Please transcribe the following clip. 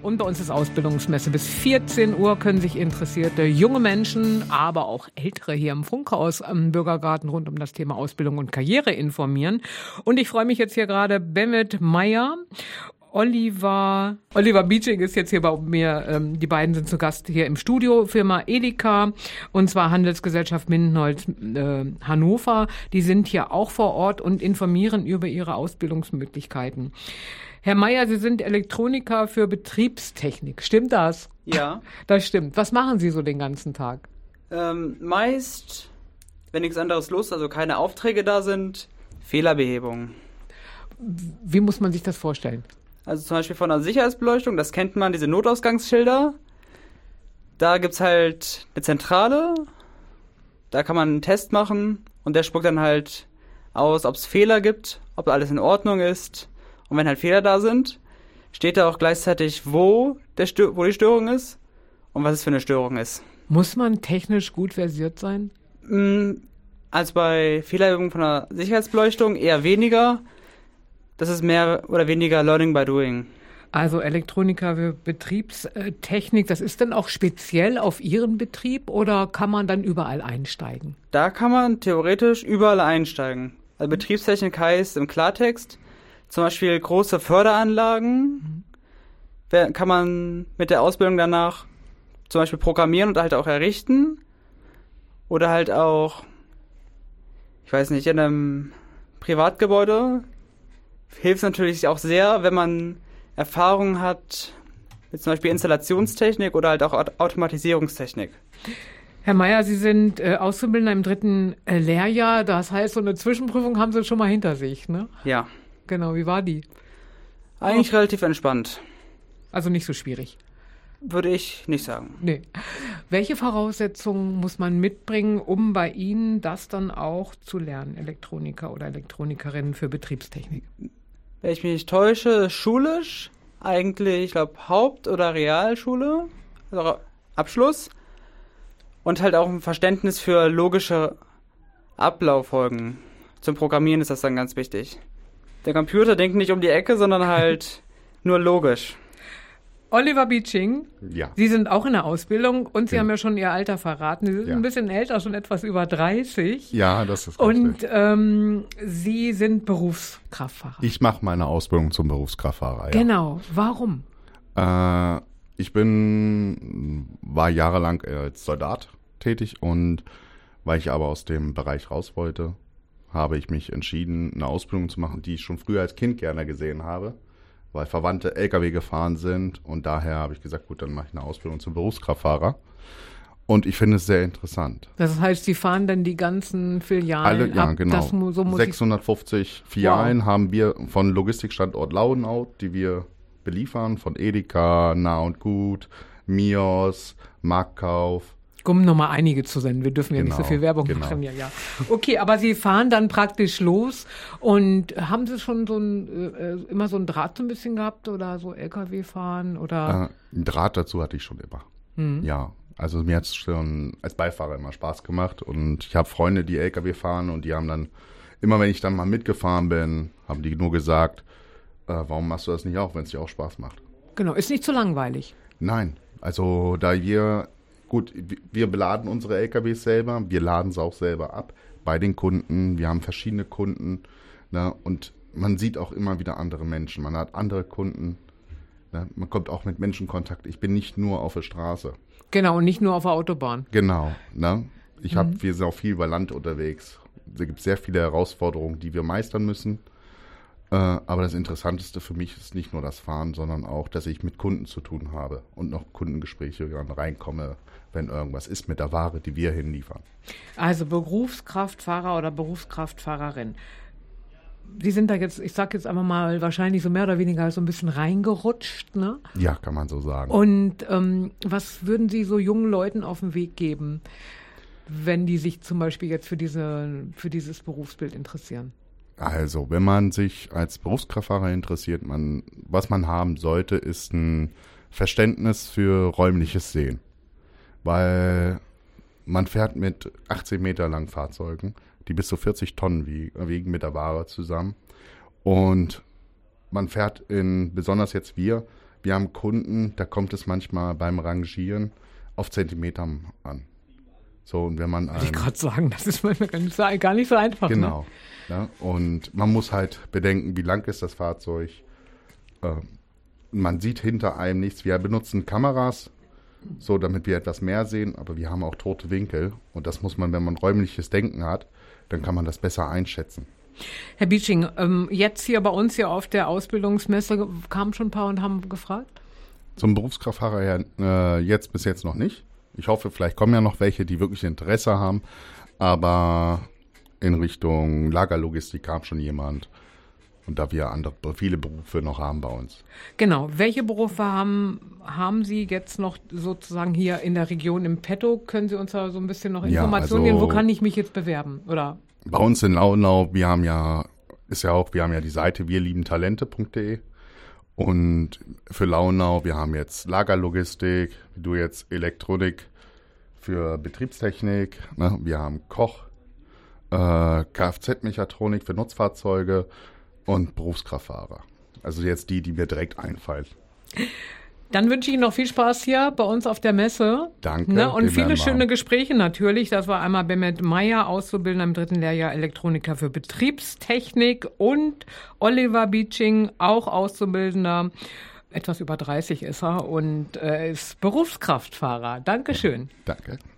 Und bei uns ist Ausbildungsmesse. Bis 14 Uhr können sich interessierte junge Menschen, aber auch Ältere hier im Funkhaus am Bürgergarten rund um das Thema Ausbildung und Karriere informieren. Und ich freue mich jetzt hier gerade, Bennett Meyer, Oliver Beaching ist jetzt hier bei mir. Die beiden sind zu Gast hier im Studio. Firma Edeka, und zwar Handelsgesellschaft Mindenholz Hannover. Die sind hier auch vor Ort und informieren über ihre Ausbildungsmöglichkeiten. Herr Meyer, Sie sind Elektroniker für Betriebstechnik. Stimmt das? Ja. Das stimmt. Was machen Sie so den ganzen Tag? Meist, wenn nichts anderes los, also keine Aufträge da sind, Fehlerbehebung. Wie muss man sich das vorstellen? Also zum Beispiel von der Sicherheitsbeleuchtung, das kennt man, diese Notausgangsschilder. Da gibt's halt eine Zentrale, da kann man einen Test machen und der spuckt dann halt aus, ob es Fehler gibt, ob alles in Ordnung ist. Und wenn halt Fehler da sind, steht da auch gleichzeitig, wo die Störung ist und was es für eine Störung ist. Muss man technisch gut versiert sein? Also bei Fehlerbehebung von der Sicherheitsbeleuchtung eher weniger. Das ist mehr oder weniger Learning by Doing. Also Elektroniker für Betriebstechnik, das ist dann auch speziell auf Ihren Betrieb oder kann man dann überall einsteigen? Da kann man theoretisch überall einsteigen. Also Betriebstechnik heißt im Klartext zum Beispiel große Förderanlagen. Kann man mit der Ausbildung danach zum Beispiel programmieren und halt auch errichten. Oder halt auch, ich weiß nicht, in einem Privatgebäude hilft es natürlich auch sehr, wenn man Erfahrung hat mit zum Beispiel Installationstechnik oder halt auch Automatisierungstechnik. Herr Meyer, Sie sind Auszubildender im 3. Lehrjahr. Das heißt, so eine Zwischenprüfung haben Sie schon mal hinter sich, ne? Ja. Genau, wie war die? Eigentlich relativ entspannt. Also nicht so schwierig? Würde ich nicht sagen. Nee. Welche Voraussetzungen muss man mitbringen, um bei Ihnen das dann auch zu lernen, Elektroniker oder Elektronikerin für Betriebstechnik? Wenn ich mich nicht täusche, schulisch, eigentlich, ich glaube, Haupt- oder Realschule, also Abschluss. Und halt auch ein Verständnis für logische Ablauffolgen. Zum Programmieren ist das dann ganz wichtig. Der Computer denkt nicht um die Ecke, sondern halt nur logisch. Oliver Beaching, ja. Sie sind auch in der Ausbildung und Sie haben ja schon Ihr Alter verraten. Sie sind ein bisschen älter, schon etwas über 30. Ja, das ist richtig. Und Sie sind Berufskraftfahrer. Ich mache meine Ausbildung zum Berufskraftfahrer, ja. Genau. Warum? Ich war jahrelang als Soldat tätig und weil ich aber aus dem Bereich raus wollte, habe ich mich entschieden, eine Ausbildung zu machen, die ich schon früher als Kind gerne gesehen habe, weil Verwandte LKW gefahren sind und daher habe ich gesagt, gut, dann mache ich eine Ausbildung zum Berufskraftfahrer und ich finde es sehr interessant. Das heißt, Sie fahren dann die ganzen Filialen ab? Ja, genau. Das, so muss 650 Filialen haben wir von Logistikstandort Laudenau, die wir beliefern, von Edeka, Nah und Gut, Mios, Marktkauf. Um nochmal einige zu senden. Wir dürfen ja nicht so viel Werbung machen. Ja. Okay, aber Sie fahren dann praktisch los und haben Sie schon immer so ein Draht so ein bisschen gehabt oder so LKW fahren oder? Ein Draht dazu hatte ich schon immer. Ja, also mir hat es schon als Beifahrer immer Spaß gemacht und ich habe Freunde, die LKW fahren und die haben dann, immer wenn ich dann mal mitgefahren bin, haben die nur gesagt, warum machst du das nicht auch, wenn es dir auch Spaß macht? Genau, ist nicht zu langweilig. Nein, also da wir beladen unsere LKWs selber, wir laden sie auch selber ab bei den Kunden, wir haben verschiedene Kunden, ne, und man sieht auch immer wieder andere Menschen, man hat andere Kunden, ne, man kommt auch mit Menschen in Kontakt. Ich bin nicht nur auf der Straße. Genau, und nicht nur auf der Autobahn. Genau, ne? Wir sind auch viel über Land unterwegs. Es gibt sehr viele Herausforderungen, die wir meistern müssen. Aber das Interessanteste für mich ist nicht nur das Fahren, sondern auch, dass ich mit Kunden zu tun habe und noch Kundengespräche reinkomme, wenn irgendwas ist mit der Ware, die wir hinliefern. Also Berufskraftfahrer oder Berufskraftfahrerin. Sie sind da jetzt, ich sag jetzt einfach mal, wahrscheinlich so mehr oder weniger so ein bisschen reingerutscht, ne? Ja, kann man so sagen. Und was würden Sie so jungen Leuten auf den Weg geben, wenn die sich zum Beispiel jetzt für dieses Berufsbild interessieren? Also, wenn man sich als Berufskraftfahrer interessiert, was man haben sollte, ist ein Verständnis für räumliches Sehen. Weil man fährt mit 18 Meter langen Fahrzeugen, die bis zu 40 Tonnen wiegen mit der Ware zusammen. Und man fährt besonders jetzt wir Wir haben Kunden, da kommt es manchmal beim Rangieren auf Zentimeter an. So, und wenn man Wollte ich gerade sagen, das ist manchmal gar nicht so einfach. Genau. Ne? Ja, und man muss halt bedenken, wie lang ist das Fahrzeug. Man sieht hinter einem nichts. Wir benutzen Kameras, so damit wir etwas mehr sehen, aber wir haben auch tote Winkel. Und das muss man, wenn man räumliches Denken hat, dann kann man das besser einschätzen. Herr Beaching, jetzt hier bei uns hier auf der Ausbildungsmesse kamen schon ein paar und haben gefragt? Zum Berufskraftfahrer her bis jetzt noch nicht. Ich hoffe, vielleicht kommen ja noch welche, die wirklich Interesse haben. Aber in Richtung Lagerlogistik kam schon jemand. Und da wir viele Berufe noch haben bei uns. Genau. Welche Berufe haben Sie jetzt noch sozusagen hier in der Region im Petto? Können Sie uns da so ein bisschen noch Informationen geben? Wo kann ich mich jetzt bewerben? Oder? Bei uns in Launau, wir haben ja die Seite wirliebentalente.de. Und für Launau, wir haben jetzt Lagerlogistik, du jetzt Elektronik für Betriebstechnik, ne? Wir haben Koch, Kfz-Mechatronik für Nutzfahrzeuge und Berufskraftfahrer. Also jetzt die mir direkt einfallen. Dann wünsche ich Ihnen noch viel Spaß hier bei uns auf der Messe. Danke. Ne? Und viele schöne Gespräche natürlich. Das war einmal Mehmet Meyer, Auszubildender im 3. Lehrjahr Elektroniker für Betriebstechnik, und Oliver Beaching, auch Auszubildender. Etwas über 30 ist er und ist Berufskraftfahrer. Dankeschön. Danke.